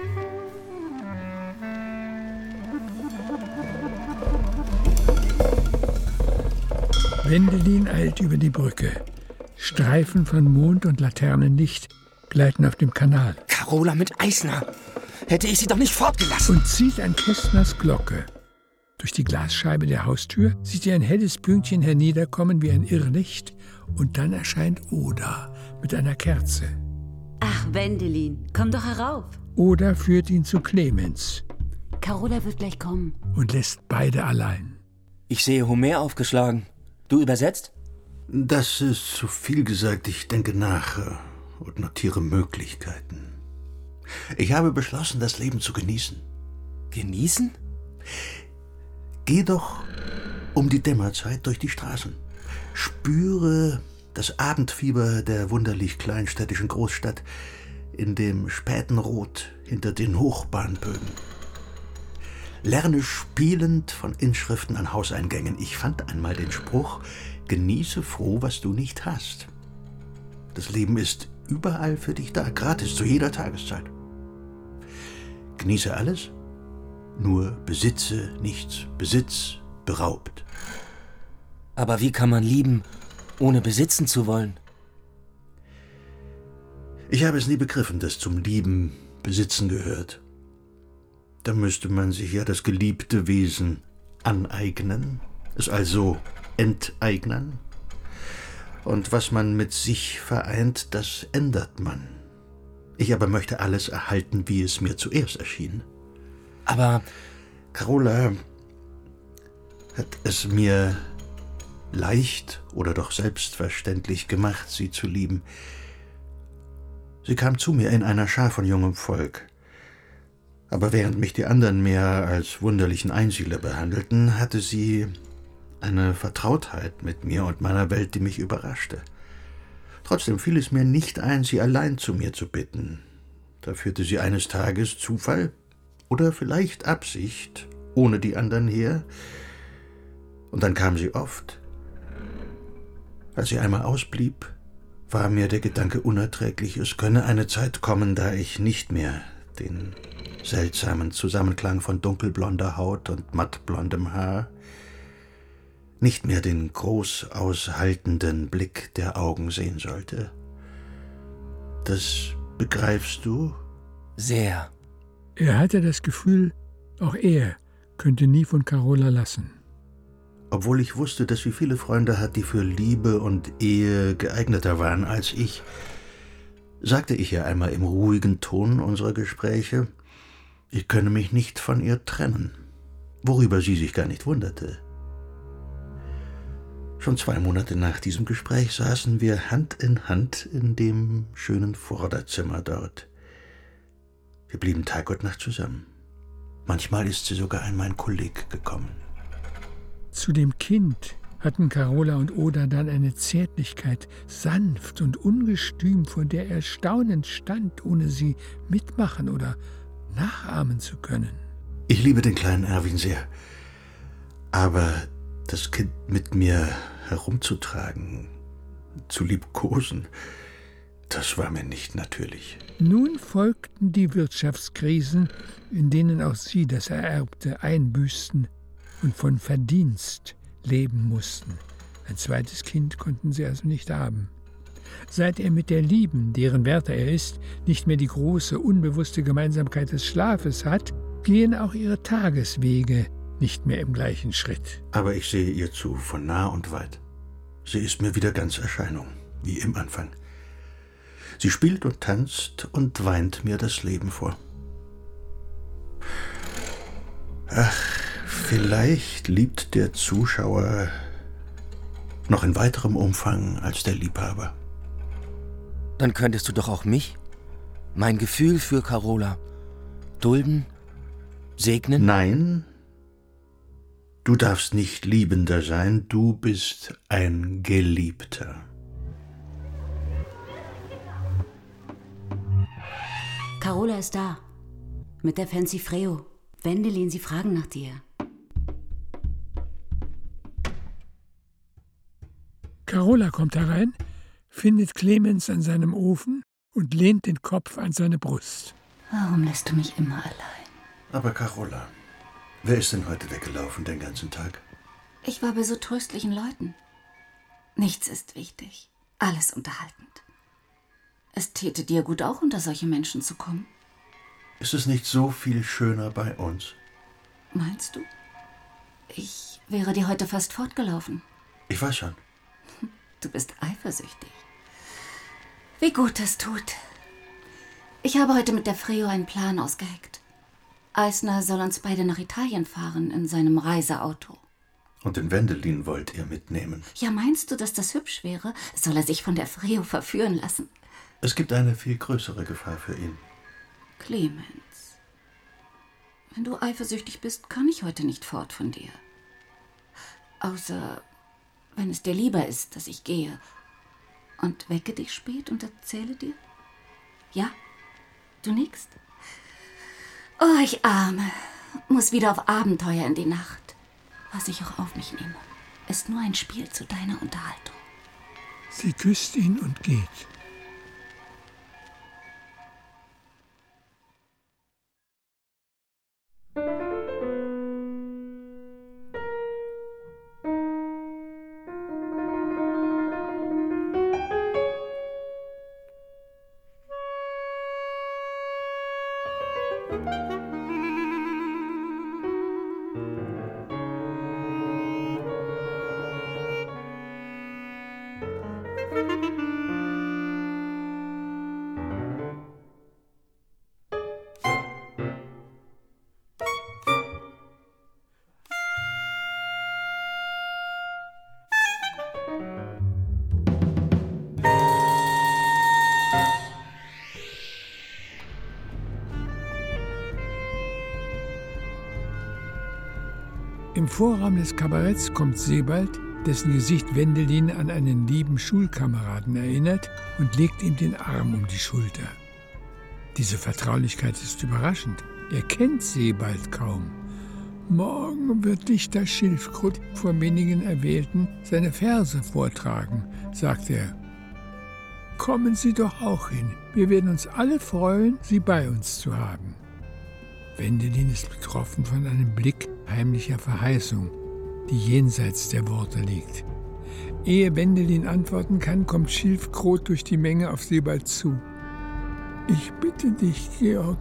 Wendelin eilt über die Brücke. Streifen von Mond und Laternenlicht gleiten auf dem Kanal. Carola mit Eisner. Hätte ich sie doch nicht fortgelassen. Und zieht an Kästners Glocke. Durch die Glasscheibe der Haustür sieht ihr ein helles Pünktchen herniederkommen wie ein Irrlicht. Und dann erscheint Oda mit einer Kerze. Ach, Wendelin, komm doch herauf. Oda führt ihn zu Clemens. Carola wird gleich kommen. Und lässt beide allein. Ich sehe Homer aufgeschlagen. Du übersetzt? Das ist zu viel gesagt. Ich denke nach und notiere Möglichkeiten. Ich habe beschlossen, das Leben zu genießen. Genießen? Geh doch um die Dämmerzeit durch die Straßen. Spüre das Abendfieber der wunderlich kleinstädtischen Großstadt in dem späten Rot hinter den Hochbahnbögen. Lerne spielend von Inschriften an Hauseingängen. Ich fand einmal den Spruch: Genieße froh, was du nicht hast. Das Leben ist überall für dich da, gratis, zu jeder Tageszeit. Genieße alles, nur besitze nichts. Besitz beraubt. Aber wie kann man lieben, ohne besitzen zu wollen? Ich habe es nie begriffen, dass zum Lieben Besitzen gehört. Da müsste man sich ja das geliebte Wesen aneignen, es also enteignen. Und was man mit sich vereint, das ändert man. Ich aber möchte alles erhalten, wie es mir zuerst erschien. Aber Carola hat es mir leicht oder doch selbstverständlich gemacht, sie zu lieben. Sie kam zu mir in einer Schar von jungem Volk. Aber während mich die anderen mehr als wunderlichen Einsiedler behandelten, hatte sie eine Vertrautheit mit mir und meiner Welt, die mich überraschte. Trotzdem fiel es mir nicht ein, sie allein zu mir zu bitten. Da führte sie eines Tages Zufall oder vielleicht Absicht ohne die anderen her. Und dann kam sie oft. Als sie einmal ausblieb, war mir der Gedanke unerträglich, es könne eine Zeit kommen, da ich nicht mehr den seltsamen Zusammenklang von dunkelblonder Haut und mattblondem Haar, nicht mehr den groß aushaltenden Blick der Augen sehen sollte. Das begreifst du? Sehr. Er hatte das Gefühl, Auch er könnte nie von Carola lassen. Obwohl ich wusste, dass sie viele Freunde hat, die für Liebe und Ehe geeigneter waren als ich, sagte ich ihr einmal im ruhigen Ton unserer Gespräche, ich könne mich nicht von ihr trennen, worüber sie sich gar nicht wunderte. Schon 2 Monate nach diesem Gespräch saßen wir Hand in Hand in dem schönen Vorderzimmer dort. Wir blieben Tag und Nacht zusammen. Manchmal ist sie sogar in mein Kolleg gekommen. Zu dem Kind hatten Carola und Oda dann eine Zärtlichkeit, sanft und ungestüm, vor der er staunend stand, ohne sie mitmachen oder nachahmen zu können. Ich liebe den kleinen Erwin sehr, aber das Kind mit mir herumzutragen, zu liebkosen, das war mir nicht natürlich. Nun folgten die Wirtschaftskrisen, in denen auch sie das Ererbte einbüßten und von Verdienst leben mussten. Ein zweites Kind konnten sie also nicht haben. Seit er mit der Lieben, deren Wärter er ist, nicht mehr die große, unbewusste Gemeinsamkeit des Schlafes hat, gehen auch ihre Tageswege nicht mehr im gleichen Schritt. Aber ich sehe ihr zu, von nah und weit. Sie ist mir wieder ganz Erscheinung, wie im Anfang. Sie spielt und tanzt und weint mir das Leben vor. Ach, vielleicht liebt der Zuschauer noch in weiterem Umfang als der Liebhaber. Dann könntest du doch auch mich, mein Gefühl für Carola, dulden, segnen? Nein, du darfst nicht Liebender sein, du bist ein Geliebter. Carola ist da. Mit der Fancy Freo. Wendelin, sie fragen nach dir. Carola kommt herein, findet Clemens an seinem Ofen und lehnt den Kopf an seine Brust. Warum lässt du mich immer allein? Aber Carola, wer ist denn heute weggelaufen den ganzen Tag? Ich war bei so tröstlichen Leuten. Nichts ist wichtig, alles unterhaltend. Es täte dir gut, auch unter solche Menschen zu kommen. Ist es nicht so viel schöner bei uns? Meinst du? Ich wäre dir heute fast fortgelaufen. Ich weiß schon. Du bist eifersüchtig. Wie gut es tut. Ich habe heute mit der Freo einen Plan ausgeheckt. Eisner soll uns beide nach Italien fahren in seinem Reiseauto. Und den Wendelin wollt ihr mitnehmen? Ja, meinst du, dass das hübsch wäre? Soll er sich von der Freo verführen lassen? Es gibt eine viel größere Gefahr für ihn. Clemens, wenn du eifersüchtig bist, kann ich heute nicht fort von dir. Außer, wenn es dir lieber ist, dass ich gehe. Und wecke dich spät und erzähle dir? Ja? Du nickst? Oh, ich Arme. Muss wieder auf Abenteuer in die Nacht. Was ich auch auf mich nehme, ist nur ein Spiel zu deiner Unterhaltung. Sie küsst ihn und geht. Im Vorraum des Kabaretts kommt Sebald, dessen Gesicht Wendelin an einen lieben Schulkameraden erinnert, und legt ihm den Arm um die Schulter. Diese Vertraulichkeit ist überraschend. Er kennt Sebald kaum. Morgen wird Dichter Schilfkrut vor wenigen Erwählten seine Verse vortragen, sagt er. Kommen Sie doch auch hin. Wir werden uns alle freuen, Sie bei uns zu haben. Wendelin ist betroffen von einem Blick heimlicher Verheißung, die jenseits der Worte liegt. Ehe Wendelin antworten kann, kommt Schilfkrot durch die Menge auf Sebald zu. Ich bitte dich, Georg,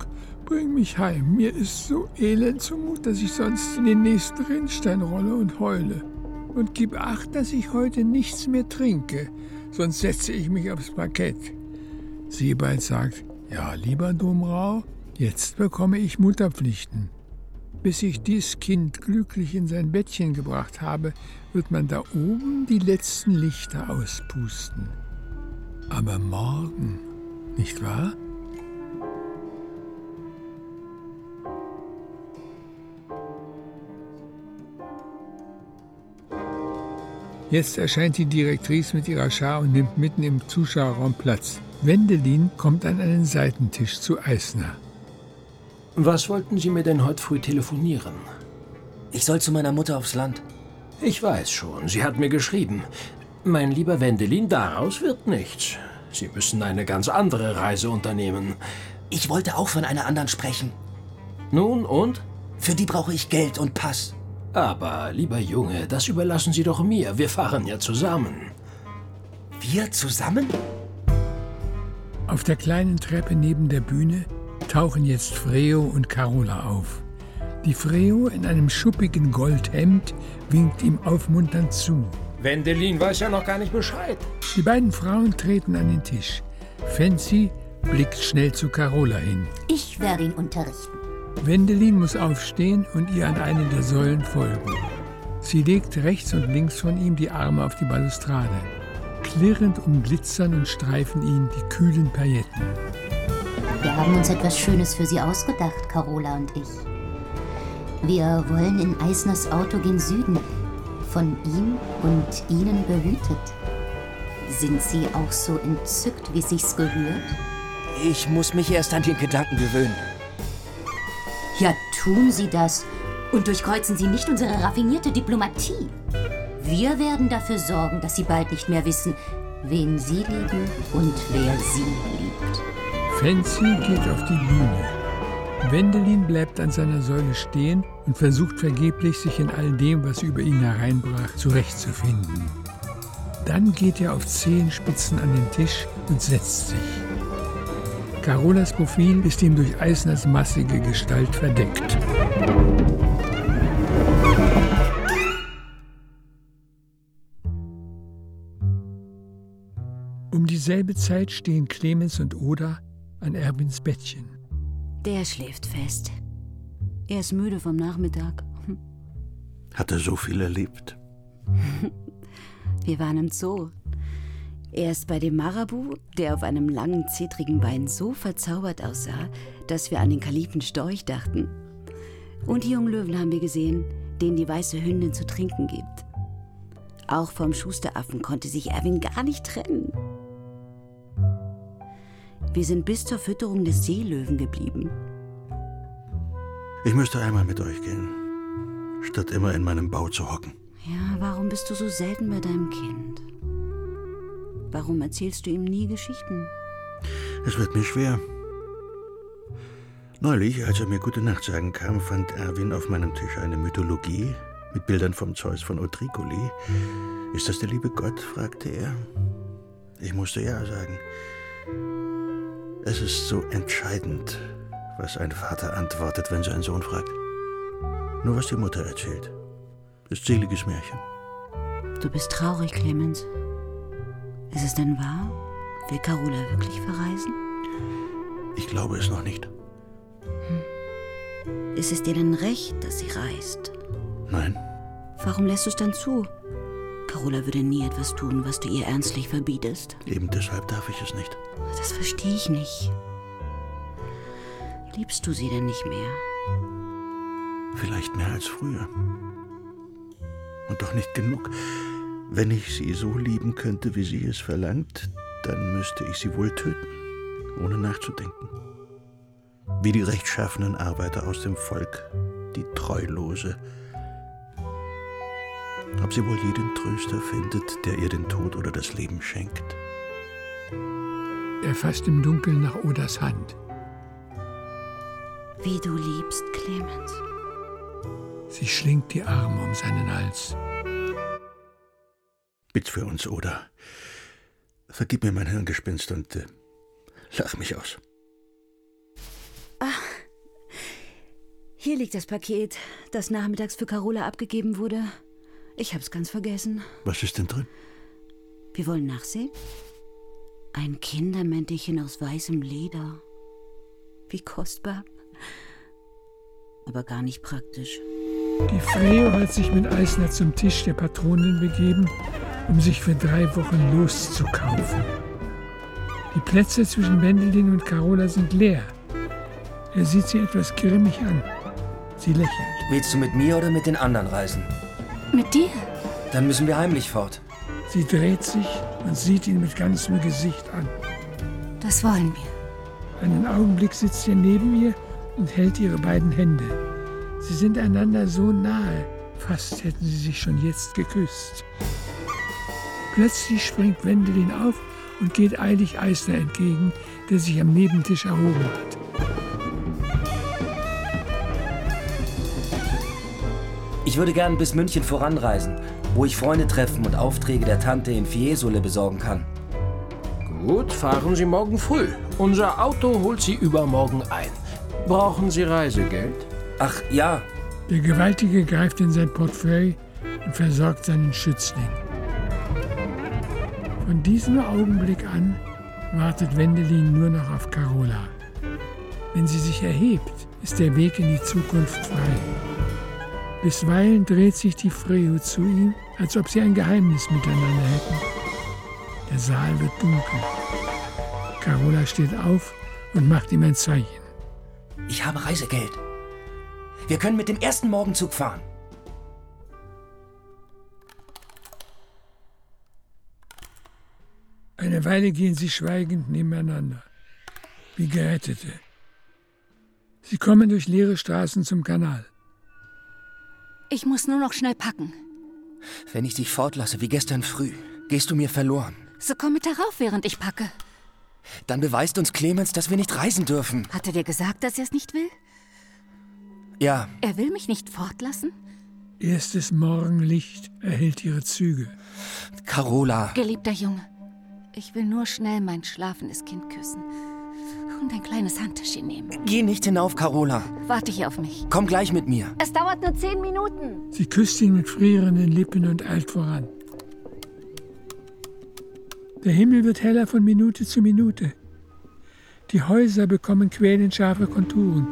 Bring mich heim. Mir ist so elend zumut, dass ich sonst in den nächsten Rinnstein rolle und heule. Und gib Acht, dass ich heute nichts mehr trinke, sonst setze ich mich aufs Parkett. Sebald sagt, ja, lieber Domrau, jetzt bekomme ich Mutterpflichten. Bis ich dies Kind glücklich in sein Bettchen gebracht habe, wird man da oben die letzten Lichter auspusten. Aber morgen, nicht wahr? Jetzt erscheint die Direktrice mit ihrer Schar und nimmt mitten im Zuschauerraum Platz. Wendelin kommt an einen Seitentisch zu Eisner. Was wollten Sie mir denn heute früh telefonieren? Ich soll zu meiner Mutter aufs Land. Ich weiß schon, sie hat mir geschrieben. Mein lieber Wendelin, daraus wird nichts. Sie müssen eine ganz andere Reise unternehmen. Ich wollte auch von einer anderen sprechen. Nun, und? Für die brauche ich Geld und Pass. Aber, lieber Junge, das überlassen Sie doch mir. Wir fahren ja zusammen. Wir zusammen? Auf der kleinen Treppe neben der Bühne tauchen jetzt Freo und Carola auf. Die Freo in einem schuppigen Goldhemd winkt ihm aufmunternd zu. Wendelin weiß ja noch gar nicht Bescheid. Die beiden Frauen treten an den Tisch. Fancy blickt schnell zu Carola hin. Ich werde ihn unterrichten. Wendelin muss aufstehen und ihr an eine der Säulen folgen. Sie legt rechts und links von ihm die Arme auf die Balustrade. Klirrend umglitzern und streifen ihn die kühlen Pailletten. Wir haben uns etwas Schönes für Sie ausgedacht, Carola und ich. Wir wollen in Eisners Auto gen Süden, von ihm und Ihnen behütet. Sind Sie auch so entzückt, wie sich's gehört? Ich muss mich erst an den Gedanken gewöhnen. Ja, tun Sie das und durchkreuzen Sie nicht unsere raffinierte Diplomatie. Wir werden dafür sorgen, dass Sie bald nicht mehr wissen, wen Sie lieben und wer Sie liebt. Fancy geht auf die Bühne. Wendelin bleibt an seiner Säule stehen und versucht vergeblich, sich in all dem, was über ihn hereinbrach, zurechtzufinden. Dann geht er auf Zehenspitzen an den Tisch und setzt sich. Carolas Profil ist ihm durch Eisners massige Gestalt verdeckt. Um dieselbe Zeit stehen Clemens und Oda an Erwins Bettchen. Der schläft fest. Er ist müde vom Nachmittag. Hat er so viel erlebt? Wir waren im Zoo. Erst bei dem Marabu, der auf einem langen, zittrigen Bein so verzaubert aussah, dass wir an den Kalifen Storch dachten. Und die Junglöwen haben wir gesehen, denen die weiße Hündin zu trinken gibt. Auch vom Schusteraffen konnte sich Erwin gar nicht trennen. Wir sind bis zur Fütterung des Seelöwen geblieben. Ich müsste einmal mit euch gehen, statt immer in meinem Bau zu hocken. Ja, warum bist du so selten bei deinem Kind? Warum erzählst du ihm nie Geschichten? Es wird mir schwer. Neulich, als er mir gute Nacht sagen kam, fand Erwin auf meinem Tisch eine Mythologie mit Bildern vom Zeus von Otricoli. Ist das der liebe Gott? Fragte er. Ich musste ja sagen. Es ist so entscheidend, was ein Vater antwortet, wenn sein Sohn fragt. Nur was die Mutter erzählt, ist seliges Märchen. Du bist traurig, Clemens. Ist es denn wahr? Will Carola wirklich verreisen? Ich glaube es noch nicht. Ist es dir denn recht, dass sie reist? Nein. Warum lässt du es dann zu? Carola würde nie etwas tun, was du ihr ernstlich verbietest. Eben deshalb darf ich es nicht. Das verstehe ich nicht. Liebst du sie denn nicht mehr? Vielleicht mehr als früher. Und doch nicht genug. Wenn ich sie so lieben könnte, wie sie es verlangt, dann müsste ich sie wohl töten, ohne nachzudenken. Wie die rechtschaffenen Arbeiter aus dem Volk, die Treulose. Ob sie wohl jeden Tröster findet, der ihr den Tod oder das Leben schenkt. Er fasst im Dunkeln nach Odas Hand. Wie du liebst, Clemens. Sie schlingt die Arme um seinen Hals. Bitt für uns, Oda. Vergib mir mein Hirngespinst und lach mich aus. Ach, Hier liegt das Paket, das nachmittags für Carola abgegeben wurde. Ich hab's ganz vergessen. Was ist denn drin? Wir wollen nachsehen. Ein Kindermäntelchen aus weißem Leder. Wie kostbar. Aber gar nicht praktisch. Die Freo hat sich mit Eisner zum Tisch der Patronin begeben, um sich für 3 Wochen loszukaufen. Die Plätze zwischen Wendelin und Carola sind leer. Er sieht sie etwas grimmig an. Sie lächelt. Willst du mit mir oder mit den anderen reisen? Mit dir? Dann müssen wir heimlich fort. Sie dreht sich und sieht ihn mit ganzem Gesicht an. Das wollen wir. Einen Augenblick sitzt er neben ihr und hält ihre beiden Hände. Sie sind einander so nahe, fast hätten sie sich schon jetzt geküsst. Plötzlich springt Wendelin auf und geht eilig Eisner entgegen, der sich am Nebentisch erhoben hat. Ich würde gern bis München voranreisen, wo ich Freunde treffen und Aufträge der Tante in Fiesole besorgen kann. Gut, fahren Sie morgen früh. Unser Auto holt Sie übermorgen ein. Brauchen Sie Reisegeld? Ach ja. Der Gewaltige greift in sein Portefeuille und versorgt seinen Schützling. Von diesem Augenblick an wartet Wendelin nur noch auf Carola. Wenn sie sich erhebt, ist der Weg in die Zukunft frei. Bisweilen dreht sich die Freo zu ihm, als ob sie ein Geheimnis miteinander hätten. Der Saal wird dunkel. Carola steht auf und macht ihm ein Zeichen. Ich habe Reisegeld. Wir können mit dem ersten Morgenzug fahren. Eine Weile gehen sie schweigend nebeneinander, wie Gerettete. Sie kommen durch leere Straßen zum Kanal. Ich muss nur noch schnell packen. Wenn ich dich fortlasse, wie gestern früh, gehst du mir verloren. So komm mit darauf, während ich packe. Dann beweist uns Clemens, dass wir nicht reisen dürfen. Hat er dir gesagt, dass er es nicht will? Ja. Er will mich nicht fortlassen? Erstes Morgenlicht erhellt ihre Züge. Carola. Geliebter Junge, ich will nur schnell mein schlafendes Kind küssen und ein kleines Handtäschchen nehmen. Geh nicht hinauf, Carola. Warte hier auf mich. Komm gleich mit mir. Es dauert nur 10 Minuten. Sie küsst ihn mit frierenden Lippen und eilt voran. Der Himmel wird heller von Minute zu Minute. Die Häuser bekommen quälend scharfe Konturen.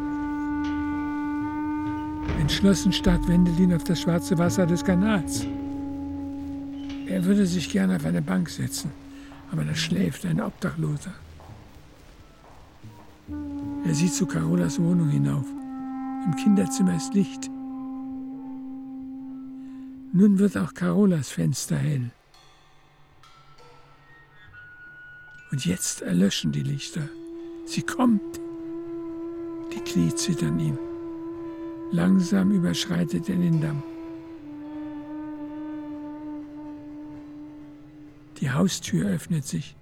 Entschlossen starrt Wendelin auf das schwarze Wasser des Kanals. Er würde sich gerne auf eine Bank setzen, aber da schläft ein Obdachloser. Er sieht zu Carolas Wohnung hinauf. Im Kinderzimmer ist Licht. Nun wird auch Carolas Fenster hell. Und jetzt erlöschen die Lichter. Sie kommt. Die Knie zittern ihm. Langsam überschreitet er den Damm. Die Haustür öffnet sich.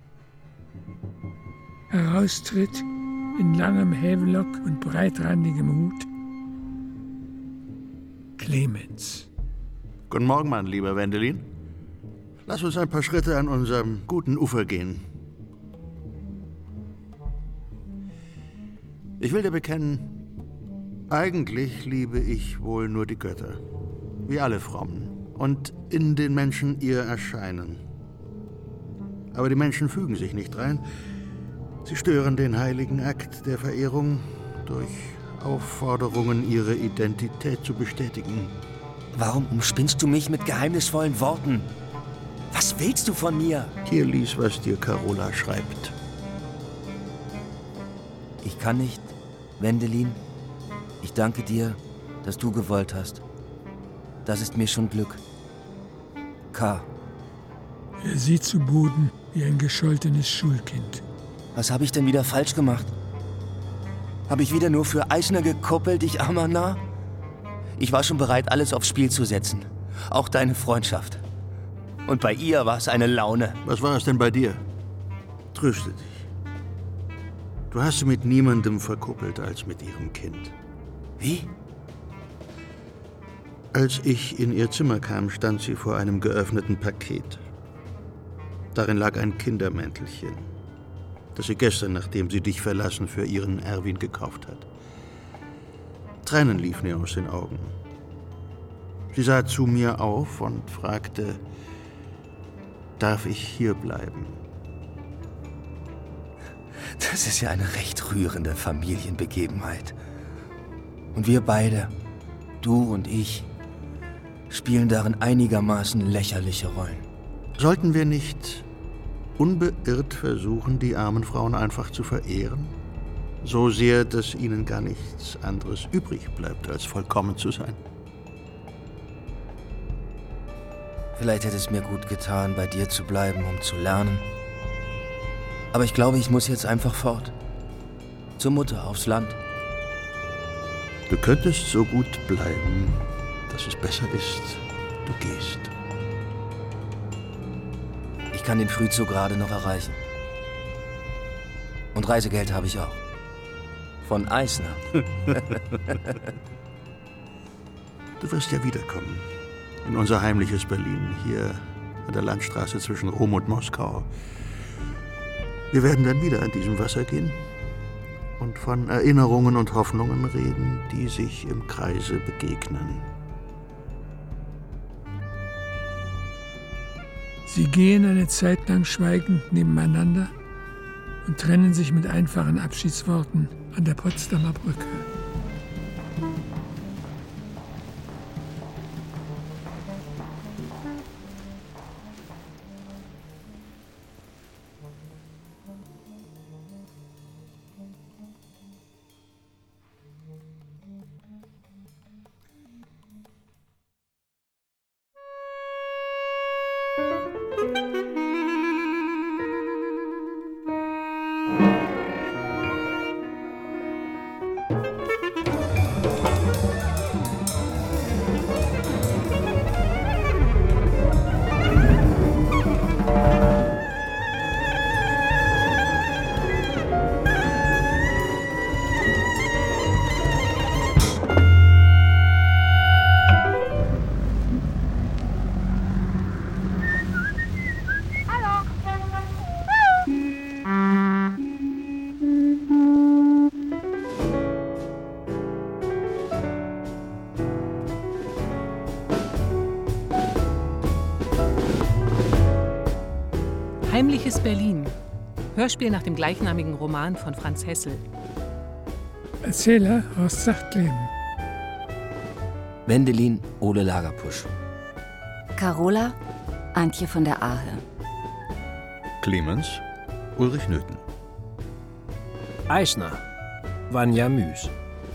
Heraustritt in langem Havelock und breitrandigem Hut Clemens. Guten Morgen, mein lieber Wendelin. Lass uns ein paar Schritte an unserem guten Ufer gehen. Ich will dir bekennen, eigentlich liebe ich wohl nur die Götter, wie alle Frommen, und in den Menschen ihr Erscheinen. Aber die Menschen fügen sich nicht rein. Sie stören den heiligen Akt der Verehrung durch Aufforderungen, ihre Identität zu bestätigen. Warum umspinnst du mich mit geheimnisvollen Worten? Was willst du von mir? Hier lies, was dir Carola schreibt. Ich kann nicht, Wendelin. Ich danke dir, dass du gewollt hast. Das ist mir schon Glück. K. Er sieht zu Boden wie ein gescholtenes Schulkind. Was habe ich denn wieder falsch gemacht? Habe ich wieder nur für Eisner gekuppelt, ich armer Narr? Ich war schon bereit, alles aufs Spiel zu setzen. Auch deine Freundschaft. Und bei ihr war es eine Laune. Was war es denn bei dir? Tröste dich. Du hast sie mit niemandem verkuppelt als mit ihrem Kind. Wie? Als ich in ihr Zimmer kam, stand sie vor einem geöffneten Paket. Darin lag ein Kindermäntelchen, das sie gestern, nachdem sie dich verlassen, für ihren Erwin gekauft hat. Tränen liefen ihr aus den Augen. Sie sah zu mir auf und fragte, darf ich hier bleiben? Das ist ja eine recht rührende Familienbegebenheit. Und wir beide, du und ich, spielen darin einigermaßen lächerliche Rollen. Sollten wir nicht unbeirrt versuchen, die armen Frauen einfach zu verehren? So sehr, dass ihnen gar nichts anderes übrig bleibt, als vollkommen zu sein. Vielleicht hätte es mir gut getan, bei dir zu bleiben, um zu lernen. Aber ich glaube, ich muss jetzt einfach fort. Zur Mutter, aufs Land. Du könntest so gut bleiben, dass es besser ist, du gehst. Ich kann den Frühzug gerade noch erreichen. Und Reisegeld habe ich auch. Von Eisner. Du wirst ja wiederkommen. In unser heimliches Berlin, hier an der Landstraße zwischen Rom und Moskau. Wir werden dann wieder an diesem Wasser gehen und von Erinnerungen und Hoffnungen reden, die sich im Kreise begegnen. Sie gehen eine Zeit lang schweigend nebeneinander und trennen sich mit einfachen Abschiedsworten an der Potsdamer Brücke. Heimliches Berlin. Hörspiel nach dem gleichnamigen Roman von Franz Hessel. Erzähler Horst Sachtleben. Wendelin Ole Lagerpusch. Carola Antje von der Ahe. Clemens Ulrich Nöthen. Eisner Vanja Müs.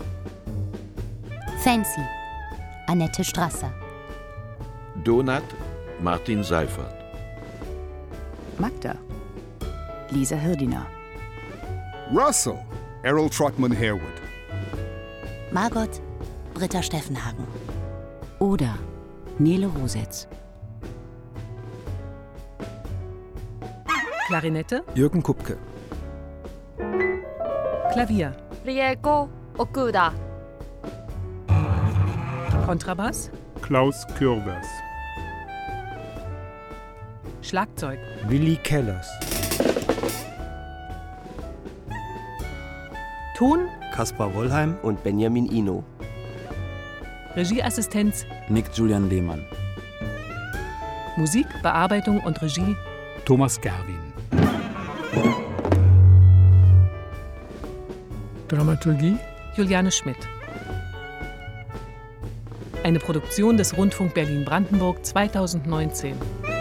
Fancy Annette Strasser. Donat Martin Seifert. Magda Lisa Hirdiner. Russell Errol Trotman Harewood. Margot Britta Steffenhagen. Oder Nele Rosetz. Klarinette Jürgen Kupke. Klavier Rieko Okuda. Kontrabass Klaus Kürbers. Schlagzeug Willi Kellers. Ton Kaspar Wollheim und Benjamin Ino. Regieassistenz Nick Julian Lehmann. Musik, Bearbeitung und Regie Thomas Gerwin. Dramaturgie Juliane Schmidt. Eine Produktion des Rundfunk Berlin-Brandenburg 2019.